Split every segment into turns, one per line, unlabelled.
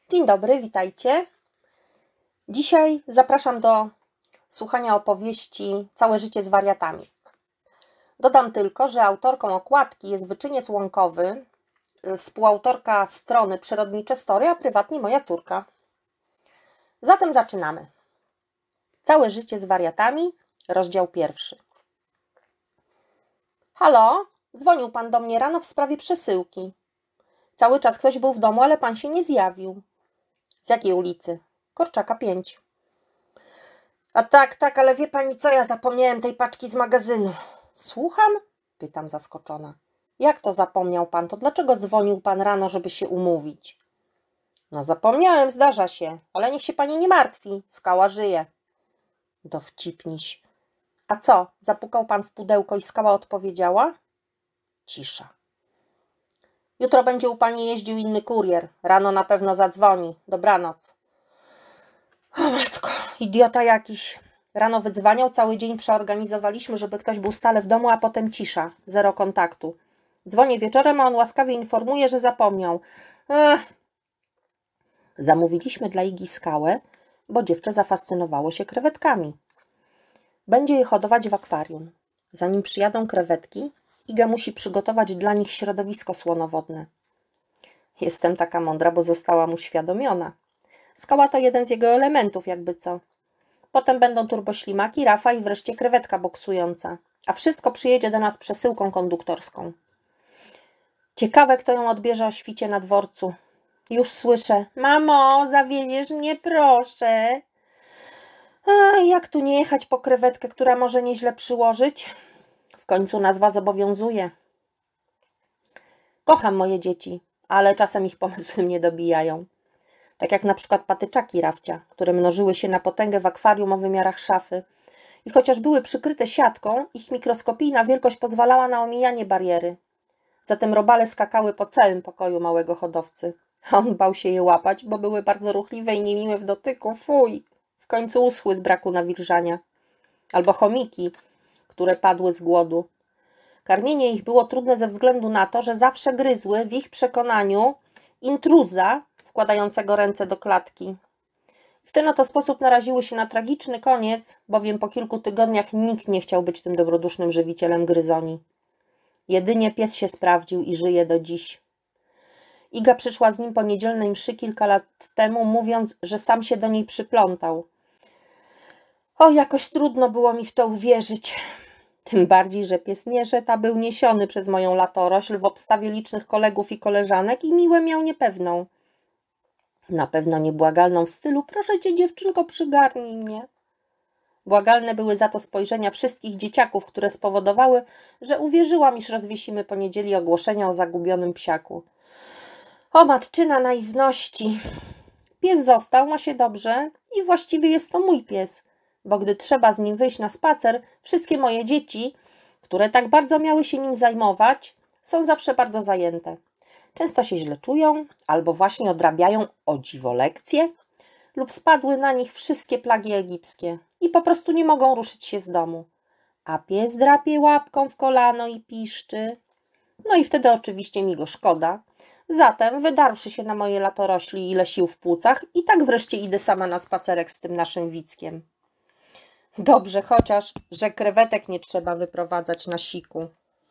Dzień dobry, witajcie. Dzisiaj zapraszam do słuchania opowieści Całe życie z wariatami. Dodam tylko, że autorką okładki jest Wyczyniec Łąkowy, współautorka strony Przyrodnicze Story, a prywatnie moja córka. Zatem zaczynamy. Całe życie z wariatami, rozdział 1. Halo, dzwonił pan do mnie rano w sprawie przesyłki. Cały czas ktoś był w domu, ale pan się nie zjawił. Z jakiej ulicy? Korczaka 5. A tak, ale wie pani co, ja zapomniałem tej paczki z magazynu. Słucham? Pytam zaskoczona. Jak to zapomniał pan? To dlaczego dzwonił pan rano, żeby się umówić? No zapomniałem, zdarza się, ale niech się pani nie martwi, skała żyje. Dowcipniś. A co, zapukał pan w pudełko i skała odpowiedziała? Cisza. Jutro będzie u pani jeździł inny kurier. Rano na pewno zadzwoni. Dobranoc. O matko, idiota jakiś. Rano wydzwaniał, cały dzień przeorganizowaliśmy, żeby ktoś był stale w domu, a potem cisza, zero kontaktu. Dzwonię wieczorem, a on łaskawie informuje, że zapomniał. Zamówiliśmy dla Igi skałę, bo dziewczę zafascynowało się krewetkami. Będzie je hodować w akwarium. Zanim przyjadą krewetki, Iga musi przygotować dla nich środowisko słonowodne. Jestem taka mądra, bo zostałam uświadomiona. Skała to jeden z jego elementów, jakby co. Potem będą turboślimaki, rafa i wreszcie krewetka boksująca. A wszystko przyjedzie do nas przesyłką konduktorską. Ciekawe, kto ją odbierze o świcie na dworcu. Już słyszę. Mamo, zawieziesz mnie, proszę. A jak tu nie jechać po krewetkę, która może nieźle przyłożyć? W końcu nazwa zobowiązuje. Kocham moje dzieci, ale czasem ich pomysły mnie dobijają. Tak jak na przykład patyczaki Rafcia, które mnożyły się na potęgę w akwarium o wymiarach szafy. I chociaż były przykryte siatką, ich mikroskopijna wielkość pozwalała na omijanie bariery. Zatem robale skakały po całym pokoju małego hodowcy. A on bał się je łapać, bo były bardzo ruchliwe i niemiłe w dotyku. Fuj! W końcu uschły z braku nawilżania. Albo chomiki, które padły z głodu. Karmienie ich było trudne ze względu na to, że zawsze gryzły w ich przekonaniu intruza wkładającego ręce do klatki. W ten oto sposób naraziły się na tragiczny koniec, bowiem po kilku tygodniach nikt nie chciał być tym dobrodusznym żywicielem gryzoni. Jedynie pies się sprawdził i żyje do dziś. Iga przyszła z nim po niedzielnej mszy kilka lat temu, mówiąc, że sam się do niej przyplątał. O, jakoś trudno było mi w to uwierzyć. Tym bardziej, że pies nie szedł, a był niesiony przez moją latorośl w obstawie licznych kolegów i koleżanek i miłę miał niepewną. Na pewno niebłagalną w stylu: proszę cię, dziewczynko, przygarnij mnie. Błagalne były za to spojrzenia wszystkich dzieciaków, które spowodowały, że uwierzyłam, iż rozwiesimy po niedzieli ogłoszenia o zagubionym psiaku. O matczyna naiwności! Pies został, ma się dobrze i właściwie jest to mój pies, bo gdy trzeba z nim wyjść na spacer, wszystkie moje dzieci, które tak bardzo miały się nim zajmować, są zawsze bardzo zajęte. Często się źle czują, albo właśnie odrabiają, o dziwo, lekcje, lub spadły na nich wszystkie plagi egipskie i po prostu nie mogą ruszyć się z domu. A pies drapie łapką w kolano i piszczy. No i wtedy oczywiście mi go szkoda. Zatem, wydarłszy się na moje latorośli ile sił w płucach, i tak wreszcie idę sama na spacerek z tym naszym Wickiem. Dobrze chociaż, że krewetek nie trzeba wyprowadzać na siku.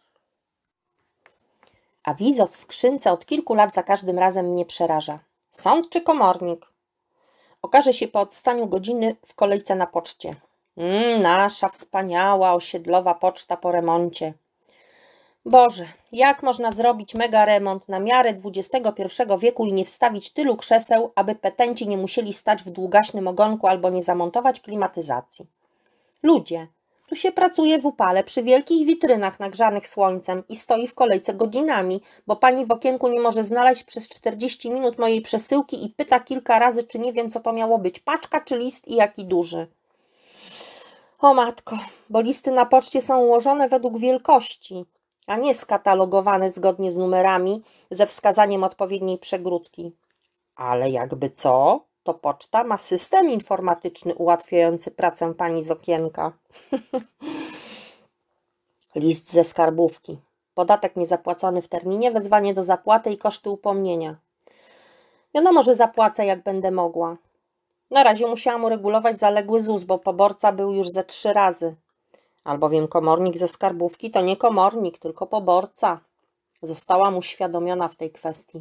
Awizo w skrzynce od kilku lat za każdym razem mnie przeraża. Sąd czy komornik? Okaże się po odstaniu godziny w kolejce na poczcie. Nasza wspaniała osiedlowa poczta po remoncie. Boże, jak można zrobić mega remont na miarę XXI wieku i nie wstawić tylu krzeseł, aby petenci nie musieli stać w długaśnym ogonku albo nie zamontować klimatyzacji? Ludzie, tu się pracuje w upale przy wielkich witrynach nagrzanych słońcem i stoi w kolejce godzinami, bo pani w okienku nie może znaleźć przez 40 minut mojej przesyłki i pyta kilka razy, czy nie wiem, co to miało być, paczka czy list i jaki duży. O matko, bo listy na poczcie są ułożone według wielkości, a nie skatalogowane zgodnie z numerami ze wskazaniem odpowiedniej przegródki. Ale jakby co, to poczta ma system informatyczny ułatwiający pracę pani z okienka. List ze skarbówki. Podatek niezapłacony w terminie, wezwanie do zapłaty i koszty upomnienia. Wiadomo, że zapłacę, jak będę mogła. Na razie musiałam uregulować zaległy ZUS, bo poborca był już ze 3 razy. Albowiem komornik ze skarbówki to nie komornik, tylko poborca. Zostałam uświadomiona w tej kwestii.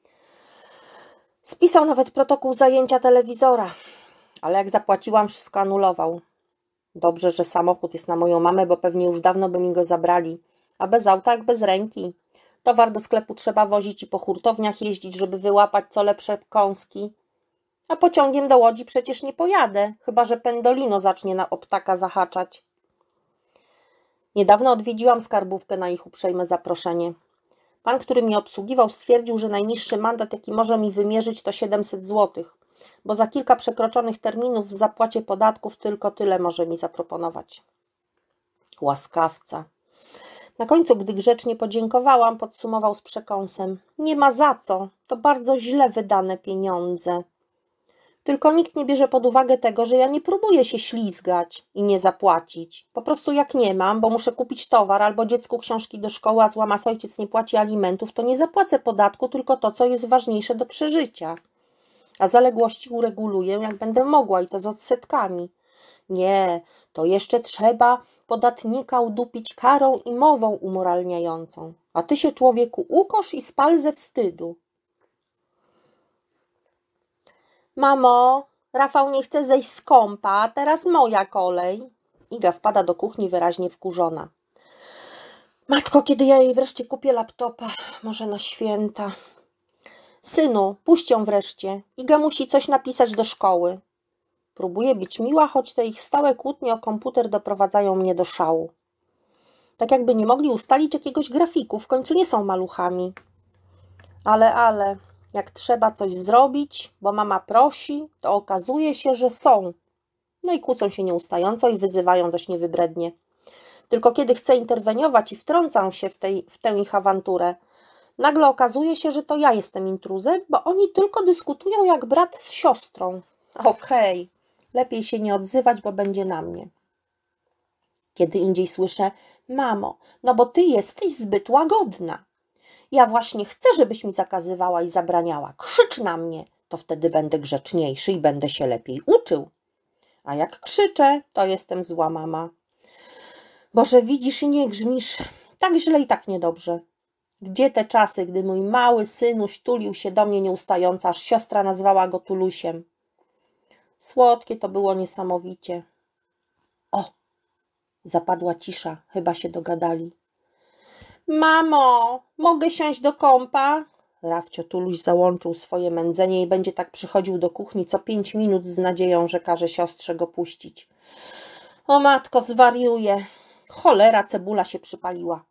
Spisał nawet protokół zajęcia telewizora, ale jak zapłaciłam, wszystko anulował. Dobrze, że samochód jest na moją mamę, bo pewnie już dawno by mi go zabrali. A bez auta jak bez ręki. Towar do sklepu trzeba wozić i po hurtowniach jeździć, żeby wyłapać co lepsze kąski. A pociągiem do Łodzi przecież nie pojadę, chyba że Pendolino zacznie na optaka zahaczać. Niedawno odwiedziłam skarbówkę na ich uprzejme zaproszenie. Pan, który mnie obsługiwał, stwierdził, że najniższy mandat, jaki może mi wymierzyć, to 700 zł, bo za kilka przekroczonych terminów w zapłacie podatków tylko tyle może mi zaproponować. Łaskawca. Na końcu, gdy grzecznie podziękowałam, podsumował z przekąsem. Nie ma za co, to bardzo źle wydane pieniądze. Tylko nikt nie bierze pod uwagę tego, że ja nie próbuję się ślizgać i nie zapłacić. Po prostu jak nie mam, bo muszę kupić towar albo dziecku książki do szkoły, a złamas ojciec nie płaci alimentów, to nie zapłacę podatku, tylko to, co jest ważniejsze do przeżycia. A zaległości ureguluję, jak będę mogła i to z odsetkami. Nie, to jeszcze trzeba podatnika udupić karą i mową umoralniającą. A ty się, człowieku, ukosz i spal ze wstydu. Mamo, Rafał nie chce zejść z kąpa, a teraz moja kolej. Iga wpada do kuchni wyraźnie wkurzona. Matko, kiedy ja jej wreszcie kupię laptopa? Może na święta. Synu, puść ją wreszcie. Iga musi coś napisać do szkoły. Próbuję być miła, choć te ich stałe kłótnie o komputer doprowadzają mnie do szału. Tak jakby nie mogli ustalić jakiegoś grafiku, w końcu nie są maluchami. Ale, jak trzeba coś zrobić, bo mama prosi, to okazuje się, że są. No i kłócą się nieustająco i wyzywają dość niewybrednie. Tylko kiedy chcę interweniować i wtrącam się w tę ich awanturę, nagle okazuje się, że to ja jestem intruzem, bo oni tylko dyskutują jak brat z siostrą. Okej, lepiej się nie odzywać, bo będzie na mnie. Kiedy indziej słyszę, mamo, no bo ty jesteś zbyt łagodna. Ja właśnie chcę, żebyś mi zakazywała i zabraniała. Krzycz na mnie, to wtedy będę grzeczniejszy i będę się lepiej uczył. A jak krzyczę, to jestem zła mama. Boże, widzisz i nie grzmisz. Tak źle i tak niedobrze. Gdzie te czasy, gdy mój mały synuś tulił się do mnie nieustająco, aż siostra nazwała go Tulusiem. Słodkie to było niesamowicie. O, zapadła cisza, chyba się dogadali. Mamo, mogę siąść do kąpa? Rafcio Tuluś załączył swoje mędzenie i będzie tak przychodził do kuchni co 5 minut z nadzieją, że każe siostrze go puścić. O matko, zwariuję. Cholera, cebula się przypaliła.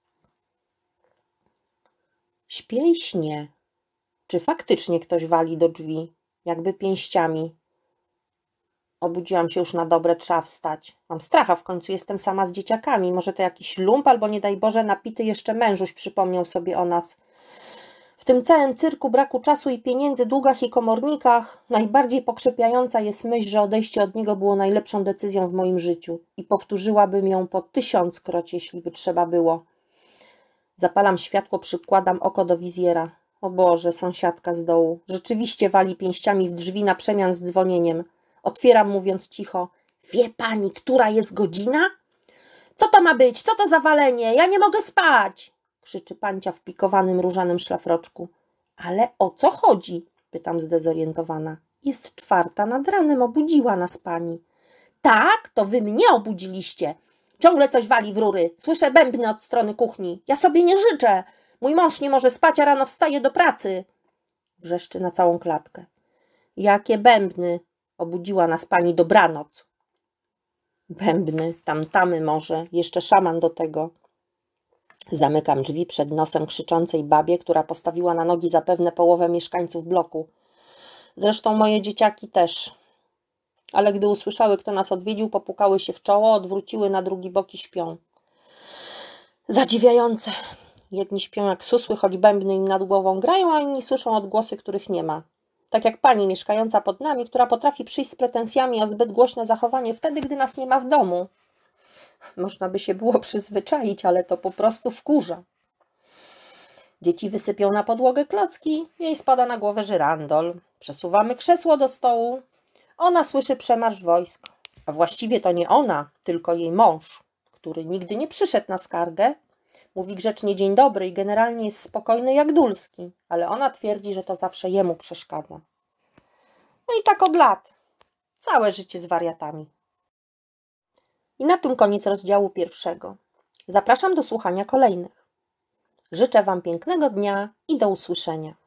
Śpię i śnie. Czy faktycznie ktoś wali do drzwi, jakby pięściami? Obudziłam się już na dobre, trzeba wstać. Mam stracha, w końcu jestem sama z dzieciakami. Może to jakiś lump, albo nie daj Boże, napity jeszcze mężuś przypomniał sobie o nas. W tym całym cyrku braku czasu i pieniędzy, długach i komornikach najbardziej pokrzepiająca jest myśl, że odejście od niego było najlepszą decyzją w moim życiu i powtórzyłabym ją po 1000-kroć, jeśli by trzeba było. Zapalam światło, przykładam oko do wizjera. O Boże, sąsiadka z dołu. Rzeczywiście wali pięściami w drzwi na przemian z dzwonieniem. Otwieram, mówiąc cicho. Wie pani, która jest godzina? Co to ma być? Co to za walenie? Ja nie mogę spać! Krzyczy pancia w pikowanym różanym szlafroczku. Ale o co chodzi? Pytam zdezorientowana. Jest 4 nad ranem, obudziła nas pani. Tak, to wy mnie obudziliście. Ciągle coś wali w rury. Słyszę bębny od strony kuchni. Ja sobie nie życzę. Mój mąż nie może spać, a rano wstaje do pracy. Wrzeszczy na całą klatkę. Jakie bębny? Obudziła nas pani, dobranoc. Bębny, tamtamy może, jeszcze szaman do tego. Zamykam drzwi przed nosem krzyczącej babie, która postawiła na nogi zapewne połowę mieszkańców bloku. Zresztą moje dzieciaki też. Ale gdy usłyszały, kto nas odwiedził, popukały się w czoło, odwróciły na drugi bok i śpią. Zadziwiające. Jedni śpią jak susły, choć bębny im nad głową grają, a inni słyszą odgłosy, których nie ma. Tak jak pani mieszkająca pod nami, która potrafi przyjść z pretensjami o zbyt głośne zachowanie wtedy, gdy nas nie ma w domu. Można by się było przyzwyczaić, ale to po prostu wkurza. Dzieci wysypią na podłogę klocki, jej spada na głowę żyrandol. Przesuwamy krzesło do stołu. Ona słyszy przemarsz wojsk. A właściwie to nie ona, tylko jej mąż, który nigdy nie przyszedł na skargę. Mówi grzecznie dzień dobry i generalnie jest spokojny jak Dulski, ale ona twierdzi, że to zawsze jemu przeszkadza. No i tak od lat. Całe życie z wariatami. I na tym koniec rozdziału 1. Zapraszam do słuchania kolejnych. Życzę Wam pięknego dnia i do usłyszenia.